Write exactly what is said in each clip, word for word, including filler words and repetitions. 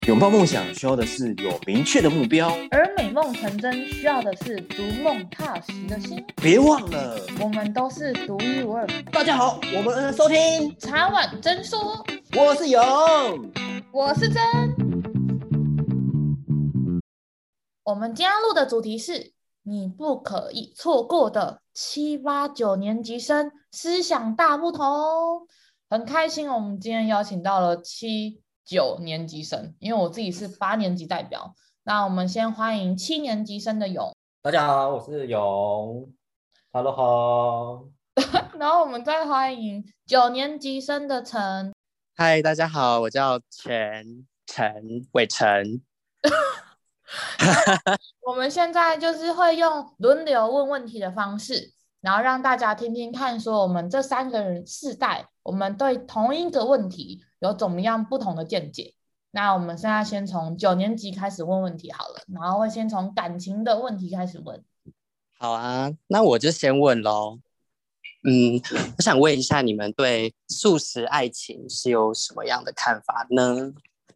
拥抱梦想需要的是有明确的目标， 而美梦成真需要的是逐梦踏实的心。 别忘了， 我们都是独一无二。 大家好，我们收听茶碗真说， 我是勇， 我是真。我们今天录的主题是你不可以错过的七八九年级生思想大不同。很开心我们今天邀请到了七九年级生，因为我自己是八年级代表。那我们先欢迎七年级生的勇。 大家好，我是勇 ，Hello 好。 然后我们再欢迎九年级生的陈。 嗨，大家好，我叫陈陈伟成。 我们现在就是会用轮流问问题的方式，然后让大家听听看，说我们这三个人世代，我们对同一个问题有怎么样不同的见解。那我们现在先从九年级开始问问题好了，然后会先从感情的问题开始问。 好啊，那我就先问咯。嗯，我想问一下，你们对速食爱情是有什么样的看法呢？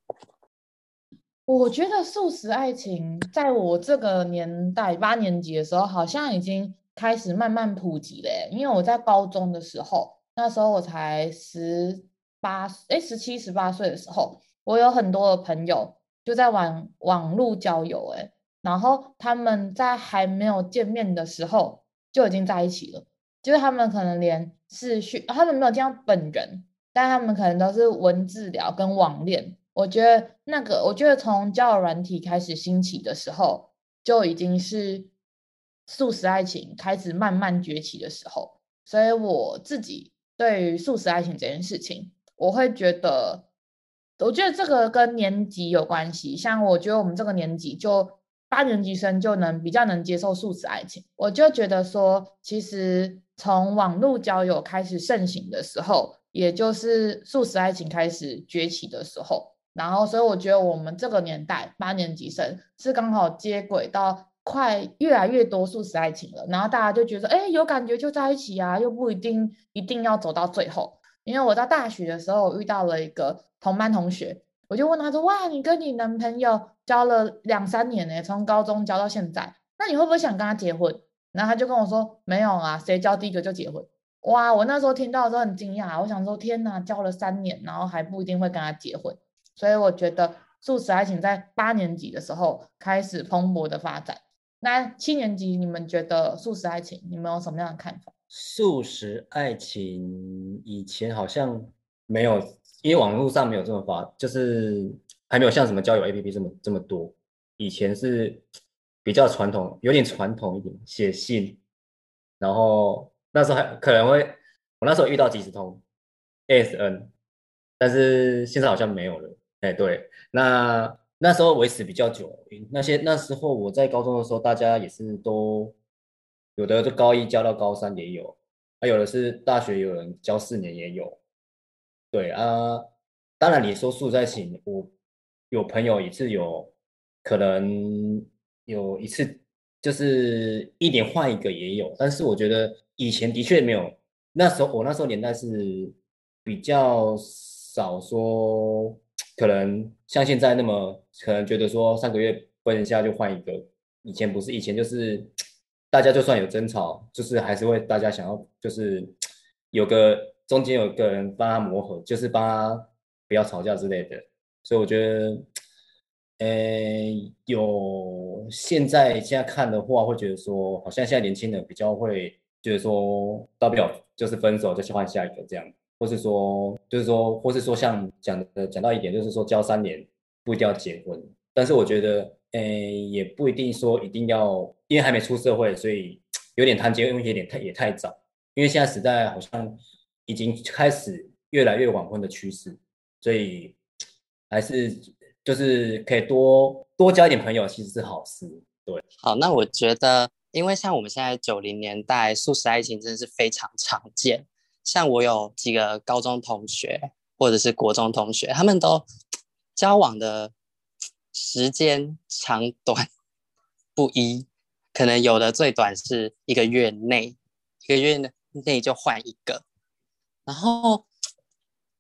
我觉得速食爱情在我这个年代八年级的时候，好像已经开始慢慢普及了耶。因为我在高中的时候，那时候我才十八，哎，十七、十八岁的时候，我有很多的朋友就在网网络交友，哎，然后他们在还没有见面的时候就已经在一起了，就是他们可能连视讯，他们没有见到本人，但他们可能都是文字聊跟网恋。我觉得那个，我觉得从交友软体开始兴起的时候，就已经是速食爱情开始慢慢崛起的时候。所以我自己对于速食爱情这件事情，我会觉得，我觉得这个跟年级有关系。像我觉得我们这个年级就八年级生就能比较能接受速食爱情，我就觉得说，其实从网络交友开始盛行的时候，也就是速食爱情开始崛起的时候。然后，所以我觉得我们这个年代八年级生是刚好接轨到快越来越多速食爱情了，然后大家就觉得，哎，有感觉就在一起啊，又不一定一定要走到最后。因为我在大学的时候，我遇到了一个同班同学，我就问他说，哇，你跟你男朋友交了两三年呢，从高中交到现在，那你会不会想跟他结婚？然后他就跟我说，没有啊，谁交第一个就结婚。哇，我那时候听到的时候很惊讶，我想说，天哪，交了三年，然后还不一定会跟他结婚。所以我觉得速食爱情在八年级的时候开始蓬勃的发展。那七年级你们觉得速食爱情你们有什么样的看法？ 速食爱情以前好像没有，因为网络上没有这么发，就是还没有像什么交友 A P P 这么这么多。以前是比较传统，有点传统一点，写信，然后那时候还可能会，我那时候遇到即时通 A S N，但是现在好像没有了。哎，对，那那时候维持比较久，那些那时候我在高中的时候，大家也是都有的就高一教到高三也有，还、啊、有的是大学有人教四年也有。对啊，当然你说素在情，我有朋友也是有可能有一次就是一年换一个也有，但是我觉得以前的确没有，那时候我那时候年代是比较少说，可能像现在那么可能觉得说三个月分一下就换一个，以前不是，以前就是大家就算有争吵，就是还是会大家想要就是有个中间有个人帮他磨合，就是帮他不要吵架之类的。所以我觉得，呃，有现在现在看的话，会觉得说，好像现在年轻人比较会觉得说，大不了就是分手，就去换下一个这样，或是说，就是说，或是说像讲的讲到一点，就是说交三年不一定要结婚，但是我觉得，呃，也不一定说一定要，因为还没出社会，所以有点谈结婚有点太也太早，因为现在时代好像已经开始越来越晚婚的趋势，所以还是就是可以多多交一点朋友，其实是好事。对， 好，那我觉得，因为像我们现在九零年代速食爱情真的是非常常见，像我有几个高中同学或者是国中同学，他们都交往的时间长短不一，可能有的最短是一个月内，一个月内就换一个。然后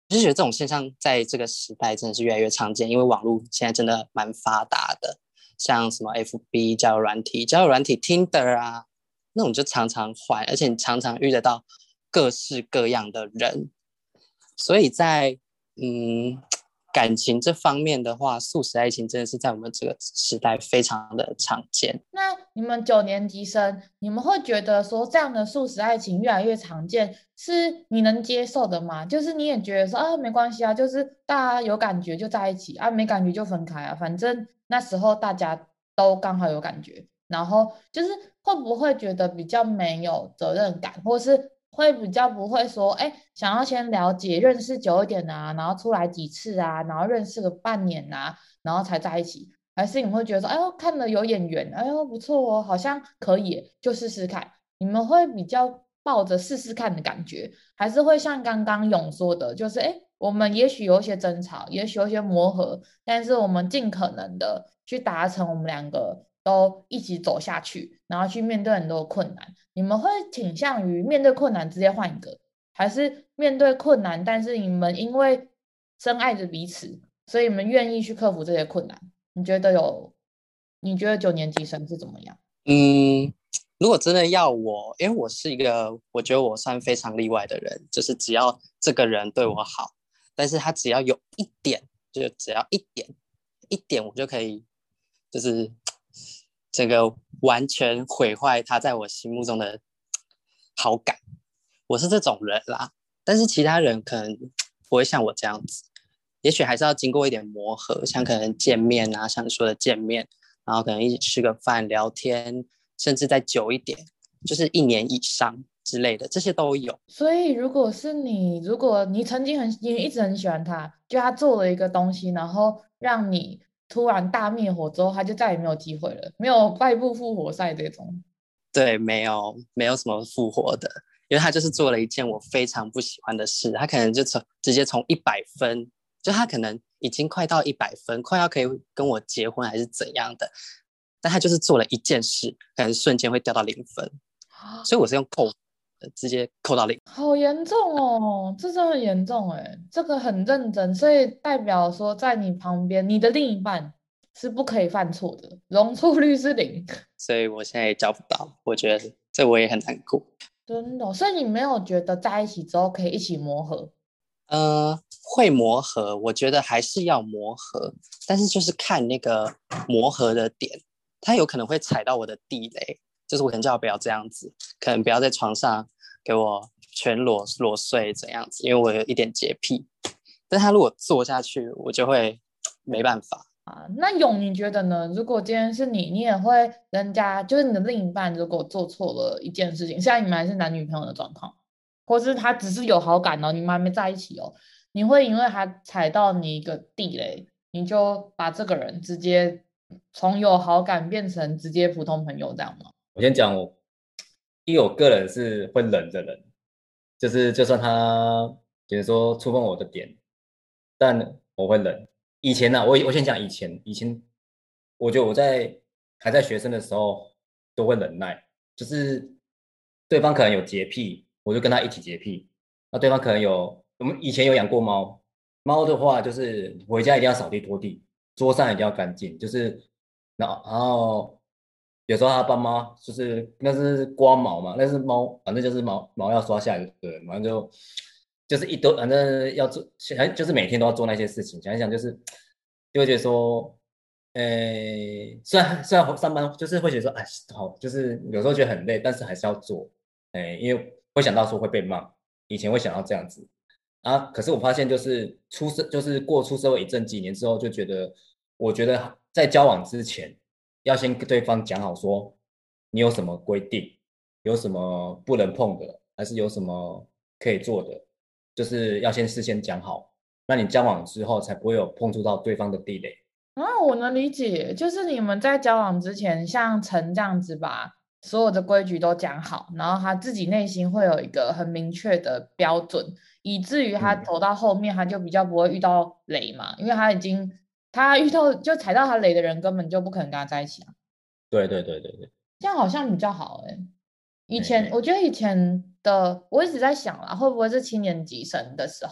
就觉得这种现象在这个时代真的是越来越常见，因为网络现在真的蛮发达的，像什么 F B 交友软体、交友软体 Tinder 啊，那种就常常换，而且你常常遇得到各式各样的人，所以在嗯感情这方面的话，速食爱情真的是在我们这个时代非常的常见。 那你们九年级生，你们会觉得说这样的速食爱情越来越常见，是你能接受的吗？就是你也觉得说啊，没关系啊，就是大家有感觉就在一起啊，没感觉就分开啊，反正那时候大家都刚好有感觉，然后就是会不会觉得比较没有责任感，或是会比较不会说，哎，想要先了解、认识久一点啊，然后出来几次啊，然后认识个半年啊，然后才在一起。还是你们会觉得说，哎呦，看了有眼缘，哎呦不错哦，好像可以耶，就试试看。你们会比较抱着试试看的感觉，还是会像刚刚勇说的，就是哎，我们也许有一些争吵，也许有一些磨合，但是我们尽可能的去达成我们两个都一起走下去，然后去面对很多困难。你们会倾向于面对困难直接换一个，还是面对困难，但是你们因为深爱着彼此，所以你们愿意去克服这些困难？你觉得有？你觉得九年级生是怎么样？ 嗯，如果真的要我，因为我是一个我觉得我算非常例外的人，就是只要这个人对我好，但是他只要有一点，就只要一点一点，我就可以就是这个完全毁坏他在我心目中的好感。我是这种人啦，但是其他人可能不会像我这样子，也许还是要经过一点磨合，像可能见面啊，像你说的见面，然后可能一起吃个饭聊天，甚至再久一点，就是一年以上之类的，这些都有。 所以，如果是你，如果你曾经很，你一直很喜欢他，就他做了一个东西，然后让你突然大灭火之后，他就再也没有机会了，没有败部复活赛这种。 对，没有没有什么复活的，因为他就是做了一件我非常不喜欢的事，他可能就从直接从一百分，就他可能已经快到一百分，快要可以跟我结婚还是怎样的，但他就是做了一件事，可能瞬间会掉到零分，所以我是用扣的，直接扣到零。 好严重哦，这真的很严重哎，这个很认真，所以代表说在你旁边，你的另一半是不可以犯错的，容错率是零。 所以我现在也交不到，我觉得这我也很难过。 真的哦，所以你没有觉得在一起之后可以一起磨合？ 呃，会磨合，我觉得还是要磨合，但是就是看那个磨合的点，他有可能会踩到我的地雷，就是我可能叫他不要这样子，可能不要在床上给我全裸裸睡这样子，因为我有一点洁癖，但他如果做下去，我就会没办法。 啊，那勇，你觉得呢？如果今天是你，你也会人家就是你的另一半，如果做错了一件事情，现在你们还是男女朋友的状况，或是他只是有好感哦，你们还没在一起哦，你会因为他踩到你一个地雷，你就把这个人直接从有好感变成直接普通朋友这样吗？ 我先讲我，因为我个人是会忍的人，就是就算他比如说触碰我的点，但我会忍。以前呢、啊，我我先讲以前，以前我觉得我在还在学生的时候都会忍耐，就是对方可能有洁癖，我就跟他一起洁癖。那对方可能有，我们以前有养过猫，猫的话就是回家一定要扫地拖地，桌上一定要干净，就是然后然后有时候他爸妈就是那是刮毛嘛，那是猫，反正就是毛毛要刷下来就对了，反正就就是一堆，反正要做，反就是每天都要做那些事情。想一想，就是就会觉得说，诶，虽然虽然上班就是会觉得说，哎，好，就是有时候觉得很累，但是还是要做，诶，因为会想到说会被骂，以前会想到这样子啊。可是我发现，就是出社，就是过出社会一阵几年之后，就觉得，我觉得在交往之前，要先跟对方讲好说，你有什么规定，有什么不能碰的，还是有什么可以做的，就是要先事先讲好，那你交往之后才不会有碰触到对方的地雷。 啊，我能理解，就是你们在交往之前，像陈这样子把所有的规矩都讲好，然后他自己内心会有一个很明确的标准，以至于他嗯， 走到后面，他就比较不会遇到雷嘛，因为他已经他遇到就踩到他雷的人，根本就不可能跟他在一起啊， 对对对对对， 这样好像比较好哎、以嘿嘿， 前我觉得以前的我一直在想啦，会不会是七年级生的时候，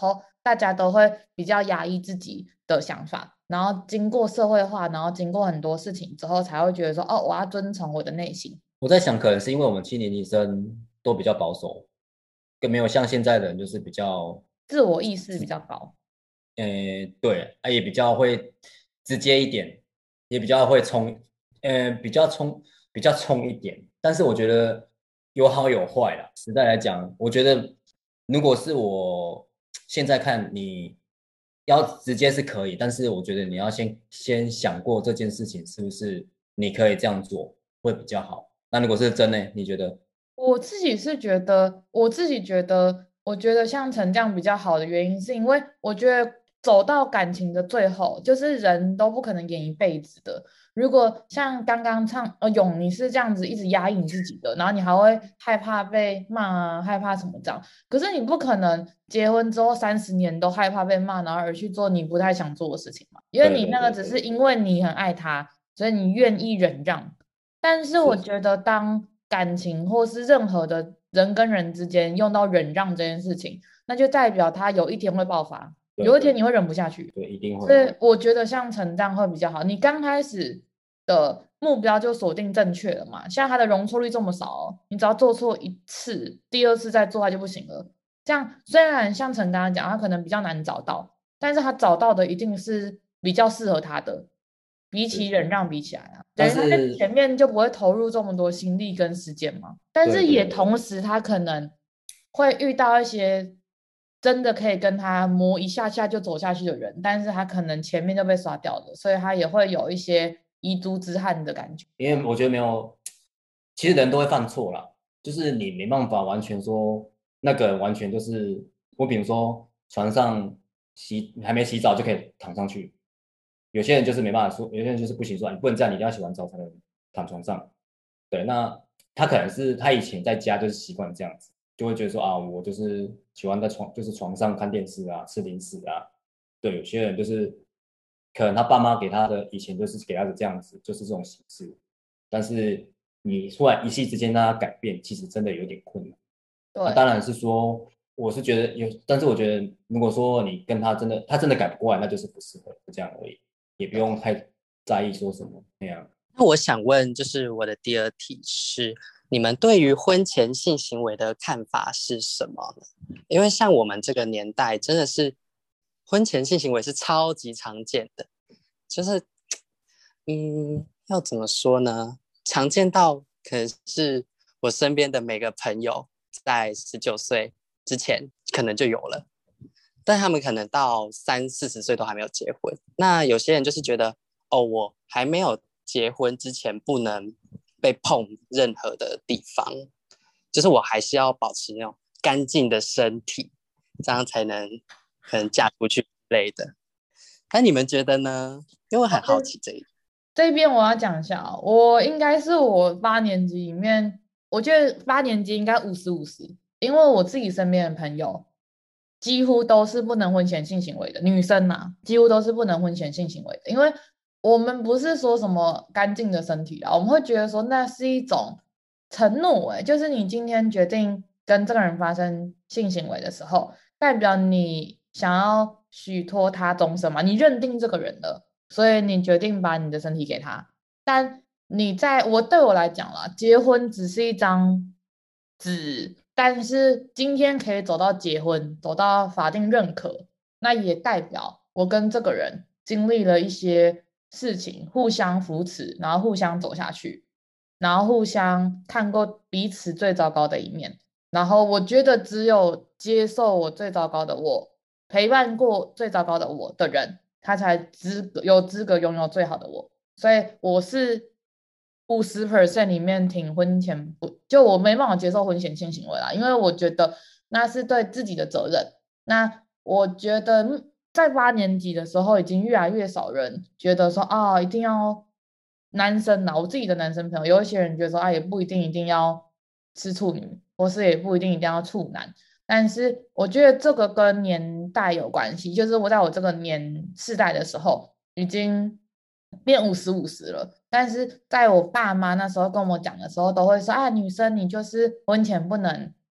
大家都会比较压抑自己的想法，然后经过社会化，然后经过很多事情之后，才会觉得说，哦，我要遵从我的内心。 我在想，可能是因为我们七年级生都比较保守，更没有像现在的人就是比较， 自我意识比较高。 呃，对，啊也比较会直接一点，也比较会冲，呃，比较冲，比较冲一点。但是我觉得有好有坏啦。实在来讲，我觉得如果是我现在看你要直接是可以，但是我觉得你要先先想过这件事情是不是你可以这样做会比较好。那如果是真的，你觉得？ 我自己是觉得，我自己觉得，我觉得像陈这样比较好的原因，是因为我觉得走到感情的最后，就是人都不可能演一辈子的。如果像刚刚唱呃勇，你是这样子一直压抑你自己的，然后你还会害怕被骂啊，害怕什么这样。可是你不可能结婚之后三十年都害怕被骂，然后而去做你不太想做的事情嘛，因为对你那个只是因为你很爱他，所以你愿意忍让。但是我是觉得，当感情或是任何的人跟人之间用到忍让这件事情，那就代表他有一天会爆发， 对有一天你会忍不下去。 对，一定所以会。 我觉得像成长会比较好。你刚开始的目标就锁定正确了嘛，像他的容错率这么少哦，你只要做错一次，第二次再做他就不行了。这样虽然像陈刚刚讲，他可能比较难找到，但是他找到的一定是比较适合他的。比起忍让比起来啊，等但于他在是前面就不会投入这么多心力跟时间嘛。但是也对对对同时，他可能会遇到一些真的可以跟他磨一下下就走下去的人，但是他可能前面就被刷掉了，所以他也会有一些遗珠之憾的感觉。 因为我觉得没有，其实人都会犯错啦，就是你没办法完全说那个人完全就是我，比如说床上洗还没洗澡就可以躺上去，有些人就是没办法说，有些人就是不行说你不能这样，你一定要洗完澡才能躺床上。对，那他可能是他以前在家就是习惯这样子，就会觉得说啊，我就是喜欢在床就是床上看电视啊，吃零食啊。对，有些人就是可能他爸妈给他的以前就是给他的这样子，就是这种形式。但是你突然一夕之间让他改变，其实真的有点困难。那对， 当然是说，我是觉得有，但是我觉得如果说你跟他真的，他真的改不过来，那就是不适合，就这样而已，也不用太在意说什么那样。 那我想问，就是我的第二题是，你们对于婚前性行为的看法是什么呢？因为像我们这个年代，真的是婚前性行为是超级常见的，就是，嗯，要怎么说呢？常见到可能是我身边的每个朋友在十九岁之前可能就有了，但他们可能到三四十岁都还没有结婚。那有些人就是觉得，哦，我还没有结婚之前不能被碰任何的地方，就是我还是要保持那种干净的身体，这样才能可能嫁出去之类的。那你们觉得呢？因为我很好奇这一这边我要讲一下哦，我应该是我八年级里面，我觉得八年级应该五十五十，因为我自己身边的朋友几乎都是不能婚前性行为的，女生呐、几乎都是不能婚前性行为的，因为我们不是说什么干净的身体啊，我们会觉得说那是一种承诺，哎，就是你今天决定跟这个人发生性行为的时候，代表你想要许托他终身嘛，你认定这个人了。所以你决定把你的身体给他。但你在我对我来讲啦，结婚只是一张纸，但是今天可以走到结婚，走到法定认可，那也代表我跟这个人经历了一些事情，互相扶持，然后互相走下去，然后互相看过彼此最糟糕的一面。然后我觉得只有接受我最糟糕的我，陪伴过最糟糕的我的人，他才资格有资格拥有最好的我。所以我是五十 percent 里面挺婚前不，就我没办法接受婚前性行为啦，因为我觉得那是对自己的责任。那我觉得在八年级的时候，已经越来越少人觉得说啊，一定要男生啦，我自己的男生朋友，有一些人觉得说啊，也不一定一定要吃处女，或是也不一定一定要处男。但是我觉得这个跟年代有关系，就是我在我这个年世代的时候，已经变五十五十了。但是在我爸妈那时候跟我讲的时候，都会说啊，女生你就是婚前不能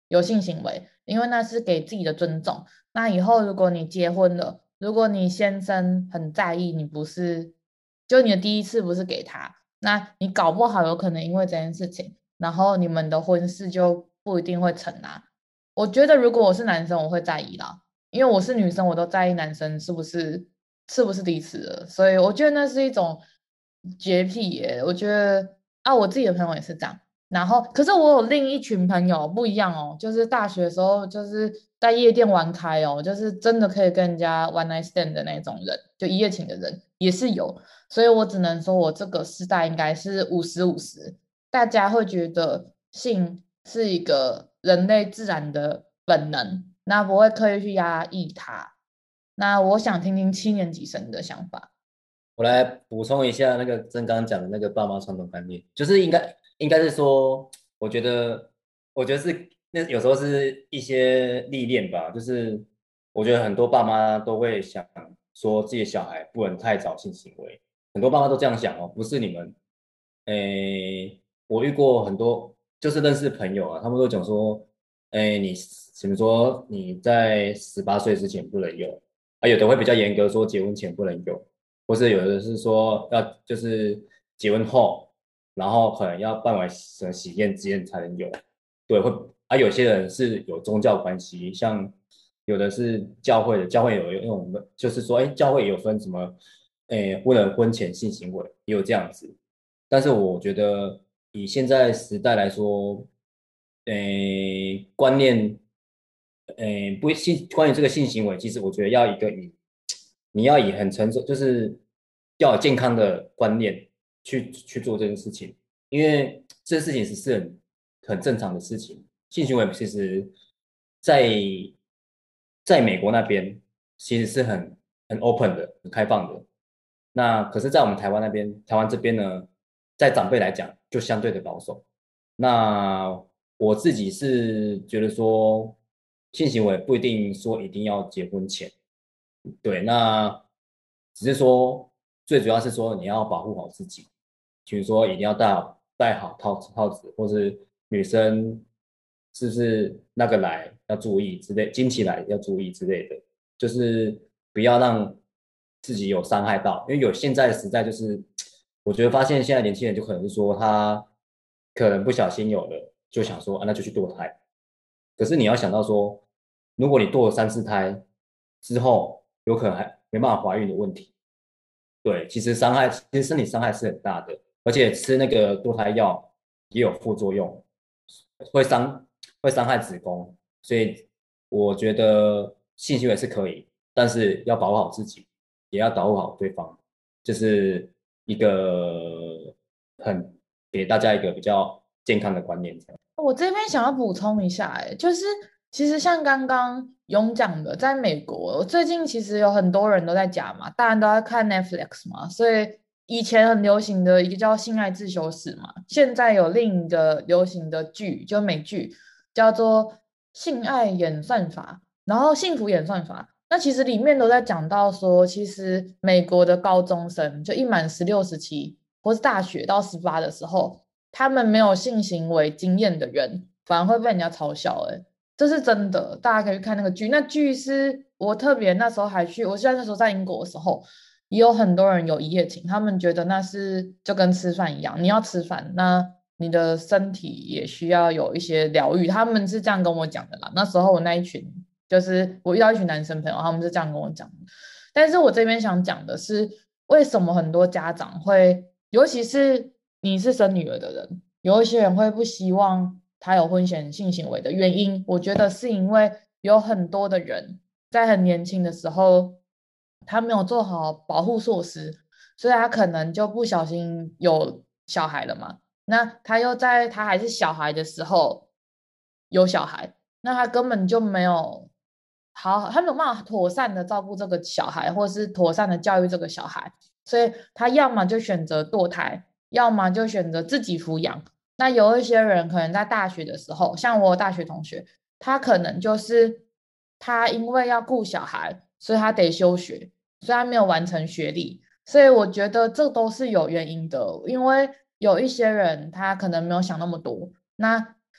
有性行为，因为那是给自己的尊重。那以后如果你结婚了，如果你先生很在意你不是，就你的第一次不是给他，那你搞不好有可能因为这件事情，然后你们的婚事就不一定会成啊。我觉得如果我是男生，我会在意啦，因为我是女生，我都在意男生是不是是不是第一次了，所以我觉得那是一种洁癖耶。我觉得啊，我自己的朋友也是这样。然后，可是我有另一群朋友不一样哦，就是大学的时候就是在夜店玩开哦，就是真的可以跟人家 one night stand 的那种人，就一夜情的人也是有。所以我只能说我这个时代应该是五十五十，大家会觉得性是一个人类自然的本能，那不会刻意去压抑它。那我想听听七年级生的想法。 我来补充一下那个真刚刚讲的那个爸妈传统观念，就是应该应该是说，我觉得我觉得是那有时候是一些历练吧，就是我觉得很多爸妈都会想说自己的小孩不能太早性行为，很多爸妈都这样想哦，不是你们，诶，我遇过很多就是认识的朋友啊，他们都讲说，诶，你怎么说你在十八岁之前不能有，啊，有的会比较严格说结婚前不能有。或是有的是说要就是结婚后，然后可能要办完什么喜宴之宴才能有，对，会啊，有些人是有宗教关系，像有的是教会的，教会有那种就是说，哎，教会也有分什么，哎，为了婚前性行为也有这样子，但是我觉得以现在时代来说，诶，观念，诶，不性关于这个性行为，其实我觉得要一个以你要以很成熟，就是要有健康的观念去去做这件事情，因为这件事情是是很很正常的事情。性行为其实在在美国那边其实是很很 open 的，很开放的。那可是，在我们台湾那边，台湾这边呢，在长辈来讲就相对的保守。那我自己是觉得说，性行为不一定说一定要结婚前。对，那只是说最主要是说你要保护好自己，比如说一定要戴好戴好套套子，或是女生是不是那个来要注意之类，经期来要注意之类的，就是不要让自己有伤害到，因为有现在的时代就是，我觉得发现现在年轻人就可能是说他可能不小心有了，就想说啊那就去堕胎，可是你要想到说，如果你堕了三四胎之后，有可能还没办法怀孕的问题。对，其实伤害，其实身体伤害是很大的，而且吃那个堕胎药也有副作用，会伤会伤害子宫，所以我觉得性行为是可以，但是要保护好自己，也要保护好对方，这是一个很给大家一个比较健康的观念。 我这边想要补充一下，哎，就是其实像刚刚勇讲的，在美国最近其实有很多人都在讲嘛，大家都在看 Netflix 嘛，所以以前很流行的一个叫《性爱自修室》嘛，现在有另一个流行的剧，就美剧叫做《性爱演算法》，然后《幸福演算法》。那其实里面都在讲到说，其实美国的高中生就一满十六、十七，或是大学到十八的时候。他们没有性行为经验的人，反而会被人家嘲笑、欸。哎，这是真的，大家可以去看那个剧。那剧是我特别那时候还去，我现在那时候在英国的时候，也有很多人有一夜情，他们觉得那是就跟吃饭一样，你要吃饭，那你的身体也需要有一些疗愈。他们是这样跟我讲的啦。那时候我那一群，就是我遇到一群男生朋友，他们是这样跟我讲的。但是我这边想讲的是，为什么很多家长会，尤其是你是生女儿的人，有一些人会不希望他有婚前性行为的原因，我觉得是因为有很多的人在很年轻的时候，他没有做好保护措施，所以他可能就不小心有小孩了嘛。那他又在他还是小孩的时候有小孩，那他根本就没有好，他没有办法妥善的照顾这个小孩，或是妥善的教育这个小孩，所以他要么就选择堕胎。要么就选择自己抚养。那有一些人可能在大学的时候，像我大学同学，他可能就是他因为要顾小孩，所以他得休学，所以他没有完成学历。所以我觉得这都是有原因的，因为有一些人他可能没有想那么多。那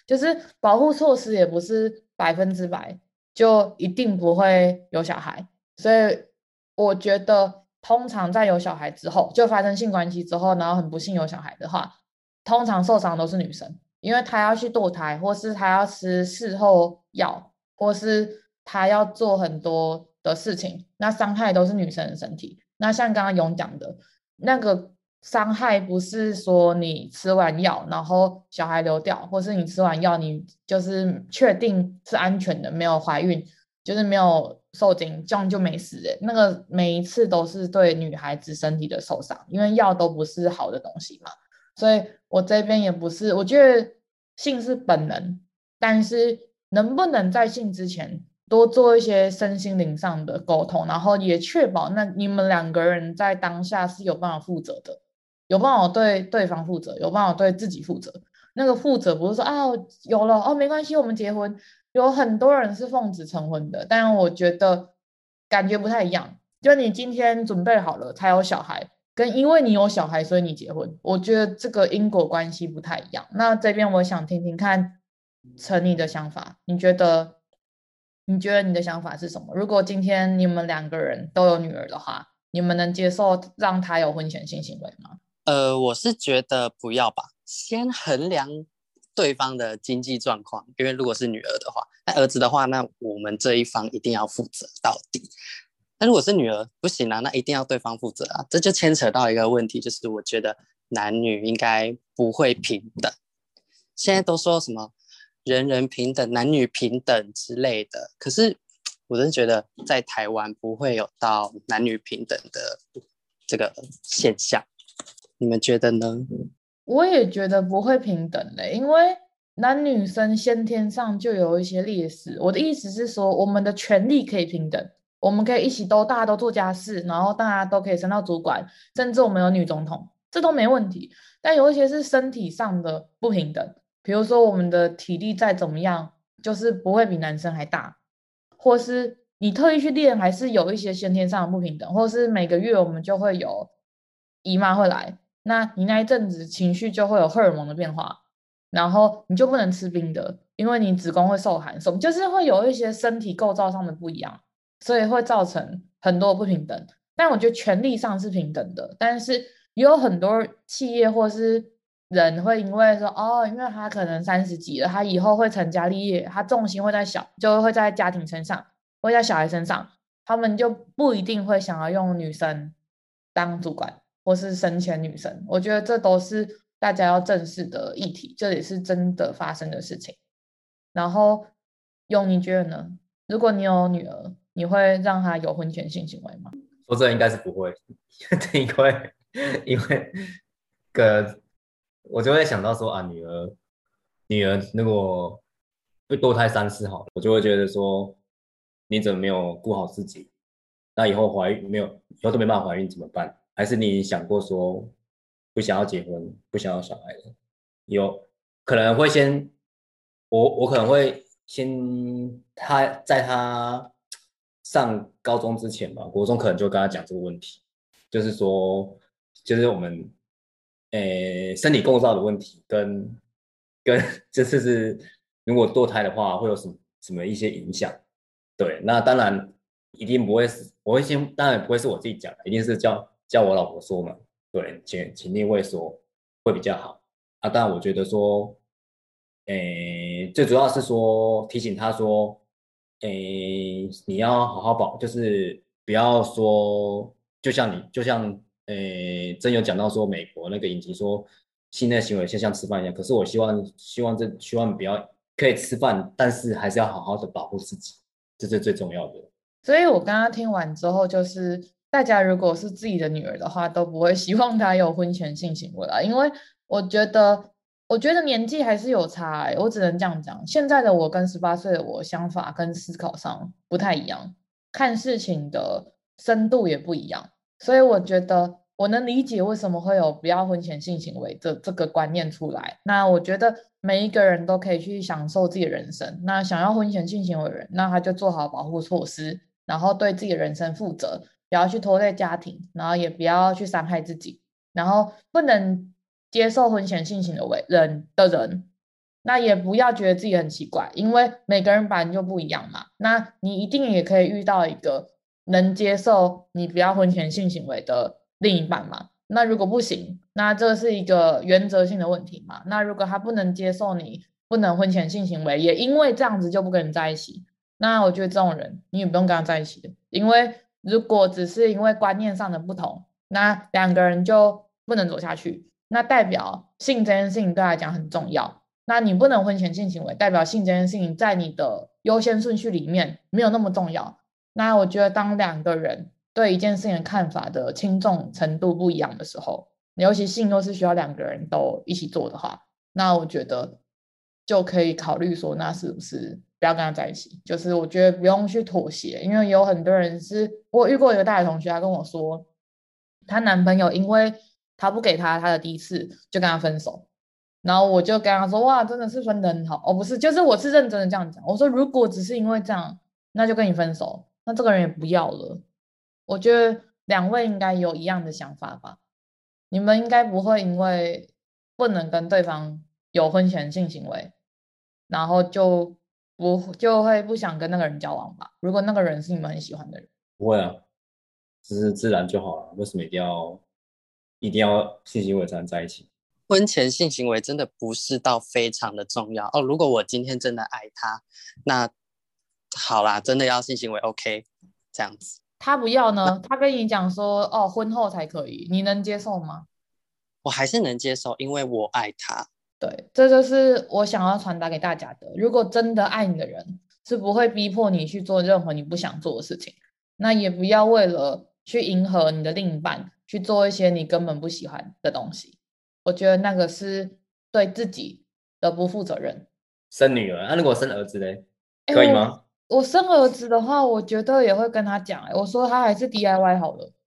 就是保护措施也不是百分之百就一定不会有小孩，所以我觉得通常在有小孩之后，就发生性关系之后，然后很不幸有小孩的话，通常受伤都是女生，因为她要去堕胎，或是她要吃事后药，或是她要做很多的事情，那伤害都是女生的身体。那像刚刚勇讲的，那个伤害不是说你吃完药然后小孩流掉，或是你吃完药你就是确定是安全的，没有怀孕，就是没有受精，这样就没事欸。那个每一次都是对女孩子身体的受伤，因为药都不是好的东西嘛。所以我这边也不是，我觉得性是本能，但是能不能在性之前多做一些身心灵上的沟通，然后也确保那你们两个人在当下是有办法负责的，有办法对对方负责，有办法对自己负责。那个负责不是说啊有了哦没关系我们结婚，有很多人是奉子成婚的，但我觉得感觉不太一样。就你今天准备好了才有小孩，跟因为你有小孩所以你结婚，我觉得这个因果关系不太一样。那这边我想听听看陈你的想法，你觉得你觉得你的想法是什么？如果今天你们两个人都有女儿的话，你们能接受让她有婚前性行为吗？ 呃，我是觉得不要吧，先衡量对方的经济状况，因为如果是女儿的话，那儿子的话，那我们这一方一定要负责到底。那如果是女儿，不行啊，那一定要对方负责啊。这就牵扯到一个问题，就是我觉得男女应该不会平等。现在都说什么人人平等、男女平等之类的，可是我真的觉得在台湾不会有到男女平等的这个现象。你们觉得呢？ 我也觉得不会平等的，因为男女生先天上就有一些劣势。我的意思是说，我们的权利可以平等，我们可以一起都大家都做家事，然后大家都可以升到主管，甚至我们有女总统，这都没问题。但有一些是身体上的不平等，比如说我们的体力再怎么样，就是不会比男生还大，或是你特意去练，还是有一些先天上的不平等，或是每个月我们就会有姨妈会来。那你那一阵子情绪就会有荷尔蒙的变化，然后你就不能吃冰的，因为你子宫会受寒，什么就是会有一些身体构造上的不一样，所以会造成很多不平等。但我觉得权利上是平等的，但是也有很多企业或是人会因为说哦，因为他可能三十几了，他以后会成家立业，他重心会在小，就会在家庭身上，会在小孩身上，他们就不一定会想要用女生当主管。或是升迁女生，我觉得这都是大家要正视的议题，这也是真的发生的事情。然后，用你觉得呢？如果你有女儿，你会让她有婚前性行为吗？ 说这应该是不会，因为因为个我就会想到说啊，女儿女儿如果被堕胎三次好了，我就会觉得说你怎么没有顾好自己？那以后怀孕没有，以后都没办法怀孕怎么办？还是你想过说不想要结婚，不想要小孩了？有可能会先，我我可能会先他在他上高中之前吧，国中可能就跟他讲这个问题，就是说，就是我们诶身体构造的问题跟跟这次是如果堕胎的话会有什么什么一些影响？对，那当然一定不会是，我会先当然不会是我自己讲的，一定是叫叫我老婆说嘛，对，请请定会说会比较好啊。当然我觉得说，诶，最主要是说提醒他说，诶，你要好好保，就是不要说，就像你就像诶，真有讲到说美国那个影集说性爱行为就像吃饭一样，可是我希望希望这希望不要可以吃饭，但是还是要好好的保护自己。这是最重要的。 所以我刚刚听完之后，就是大家如果是自己的女儿的话，都不会希望她有婚前性行为啦，因为我觉得，我觉得年纪还是有差欸，我只能这样讲。现在的我跟十八岁的我想法跟思考上不太一样，看事情的深度也不一样，所以我觉得我能理解为什么会有不要婚前性行为这这个观念出来。那我觉得每一个人都可以去享受自己的人生。那想要婚前性行为的人，那他就做好保护措施，然后对自己的人生负责，不要去拖累家庭，然后也不要去伤害自己。然后不能接受婚前性行为人的人， 那也不要觉得自己很奇怪，因为每个人本来就不一样嘛。那你一定也可以遇到一个能接受你不要婚前性行为的另一半嘛。那如果不行，那这是一个原则性的问题嘛。那如果他不能接受你不能婚前性行为，也因为这样子就不跟你在一起，那我觉得这种人你也不用跟他在一起的。因为如果只是因为观念上的不同，那两个人就不能走下去，那代表性这件事情对他来讲很重要。那你不能婚前性行为，代表性这件事情在你的优先顺序里面没有那么重要。那我觉得当两个人对一件事情的看法的轻重程度不一样的时候，尤其性又是需要两个人都一起做的话，那我觉得就可以考虑说，那是不是不要跟他在一起？就是我觉得不用去妥协，因为有很多人是我遇过一个大学同学，他跟我说，她男朋友因为他不给他他的第一次，就跟他分手。然后我就跟他说，哇，真的是分得很好哦，不是，就是我是认真的这样讲。我说，如果只是因为这样，那就跟你分手，那这个人也不要了。我觉得两位应该有一样的想法吧？你们应该不会因为不能跟对方有婚前性行为，然后就不就会不想跟那个人交往吧？如果那个人是你们很喜欢的人， 不会啊，只是自然就好了，为什么一定要一定要性行为才能在一起？ 婚前性行为真的不是到非常的重要哦。如果我今天真的爱他，那好啦，真的要性行为 OK 这样子。 他不要呢？他跟你讲说，哦，婚后才可以，你能接受吗？ 我还是能接受，因为我爱他。 对，这就是我想要传达给大家的。如果真的爱你的人，是不会逼迫你去做任何你不想做的事情。那也不要为了去迎合你的另一半，去做一些你根本不喜欢的东西。我觉得那个是对自己的不负责任。 生女儿，那、啊、如果生儿子嘞， 诶可以吗？ 我，我生儿子的话，我觉得也会跟他讲、欸，我说他还是 D I Y 好了。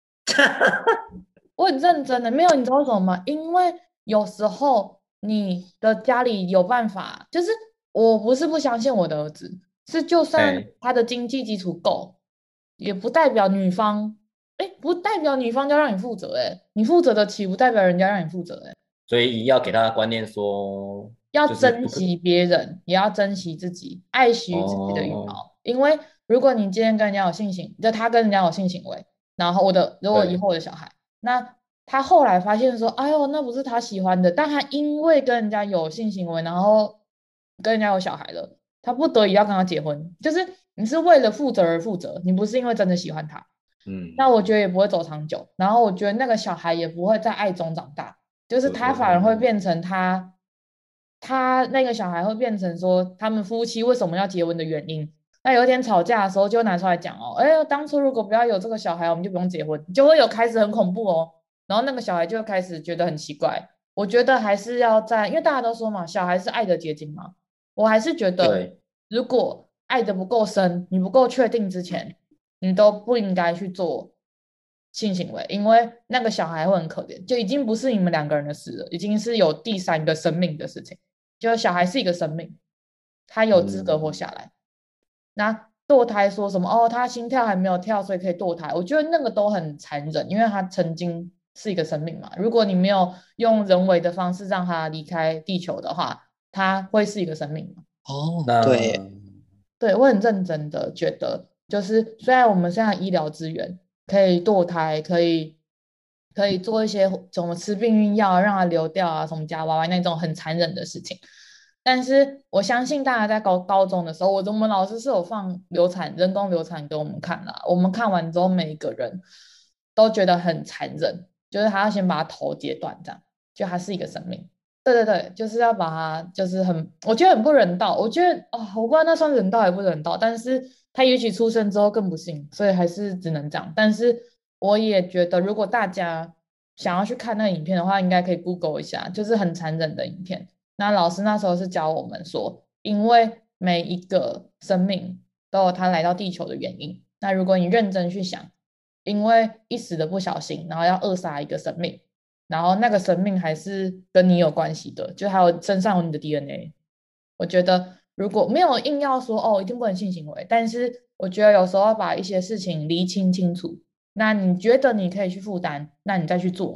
我很认真的，没有，你知道为什么吗？因为有时候你的家里有办法，就是我不是不相信我的儿子，是就算他的经济基础够，也不代表女方，哎，不代表女方就要让你负责，哎，你负责得起，不代表人家让你负责，哎， 所以要给他的观念说， 要就是不可珍惜别人，也要珍惜自己，爱惜自己的羽哦， 毛。因为如果你今天跟人家有性行，就他跟人家有性行为，然后我的，如果以对后我的小孩。那他后来发现说，哎呦，那不是他喜欢的，但他因为跟人家有性行为，然后跟人家有小孩了，他不得已要跟他结婚，就是你是为了负责而负责，你不是因为真的喜欢他。 嗯， 那我觉得也不会走长久，然后我觉得那个小孩也不会在爱中长大，就是他反而会变成他，他那个小孩会变成说他们夫妻为什么要结婚的原因。那有一天吵架的时候就拿出来讲哦，哎，当初如果不要有这个小孩，我们就不用结婚，就会有开始很恐怖哦。然后那个小孩就开始觉得很奇怪。我觉得还是要在，因为大家都说嘛，小孩是爱的结晶嘛。我还是觉得， 对， 如果爱的不够深，你不够确定之前，你都不应该去做性行为，因为那个小孩会很可怜，就已经不是你们两个人的事了，已经是有第三个生命的事情。就小孩是一个生命，他有资格活下来。 嗯、 那堕胎说什么哦，他心跳还没有跳，所以可以堕胎。我觉得那个都很残忍，因为他曾经是一个生命嘛。如果你没有用人为的方式让他离开地球的话，他会是一个生命嘛。 哦， 那对， 对，我很认真的觉得，就是虽然我们现在医疗资源可以堕胎，可以可以做一些什么吃避孕药让它流掉啊，什么夹娃娃那种很残忍的事情。但是我相信大家在高高中的时候，我我们老师是有放流产人工流产给我们看啦。我们看完之后，每一个人都觉得很残忍，就是他要先把他头截断，这样就他是一个生命。对对对，就是要把它，就是很，我觉得很不人道。我觉得哦，我不知道那算人道还不人道，但是他也许出生之后更不幸，所以还是只能这样。但是我也觉得，如果大家想要去看那个影片的话，应该可以 Google 一下，就是很残忍的影片。那老师那时候是教我们说，因为每一个生命都有他来到地球的原因。那如果你认真去想，因为一时的不小心，然后要扼杀一个生命。然后那个生命还是跟你有关系的，就还有身上有你的 D N A。我觉得如果没有硬要说哦，一定不能性行为，但是我觉得有时候要把一些事情厘清清楚。那你觉得你可以去负担，那你再去做嘛。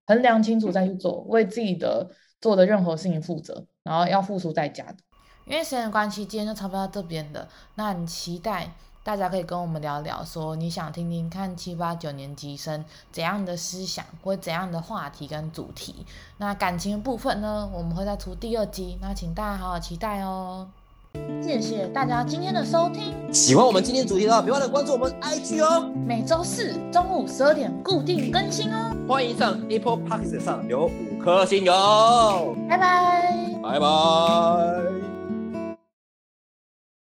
衡量清楚再去做，为自己的做的任何事情负责，然后要付出代价的。因为时间的关系，今天就差不多到这边了。那很期待大家可以跟我们聊聊，说你想听听看七八九年级生怎样的思想，或怎样的话题跟主题。那感情的部分呢，我们会再出第二集，那请大家好好期待哦。谢谢大家今天的收听。 喜欢我们今天主题的话，别忘了关注我们 I G 哦。 每周四中午十二点固定更新哦。 欢迎上 Apple Podcast 上留五颗星哟。 拜拜。 拜拜。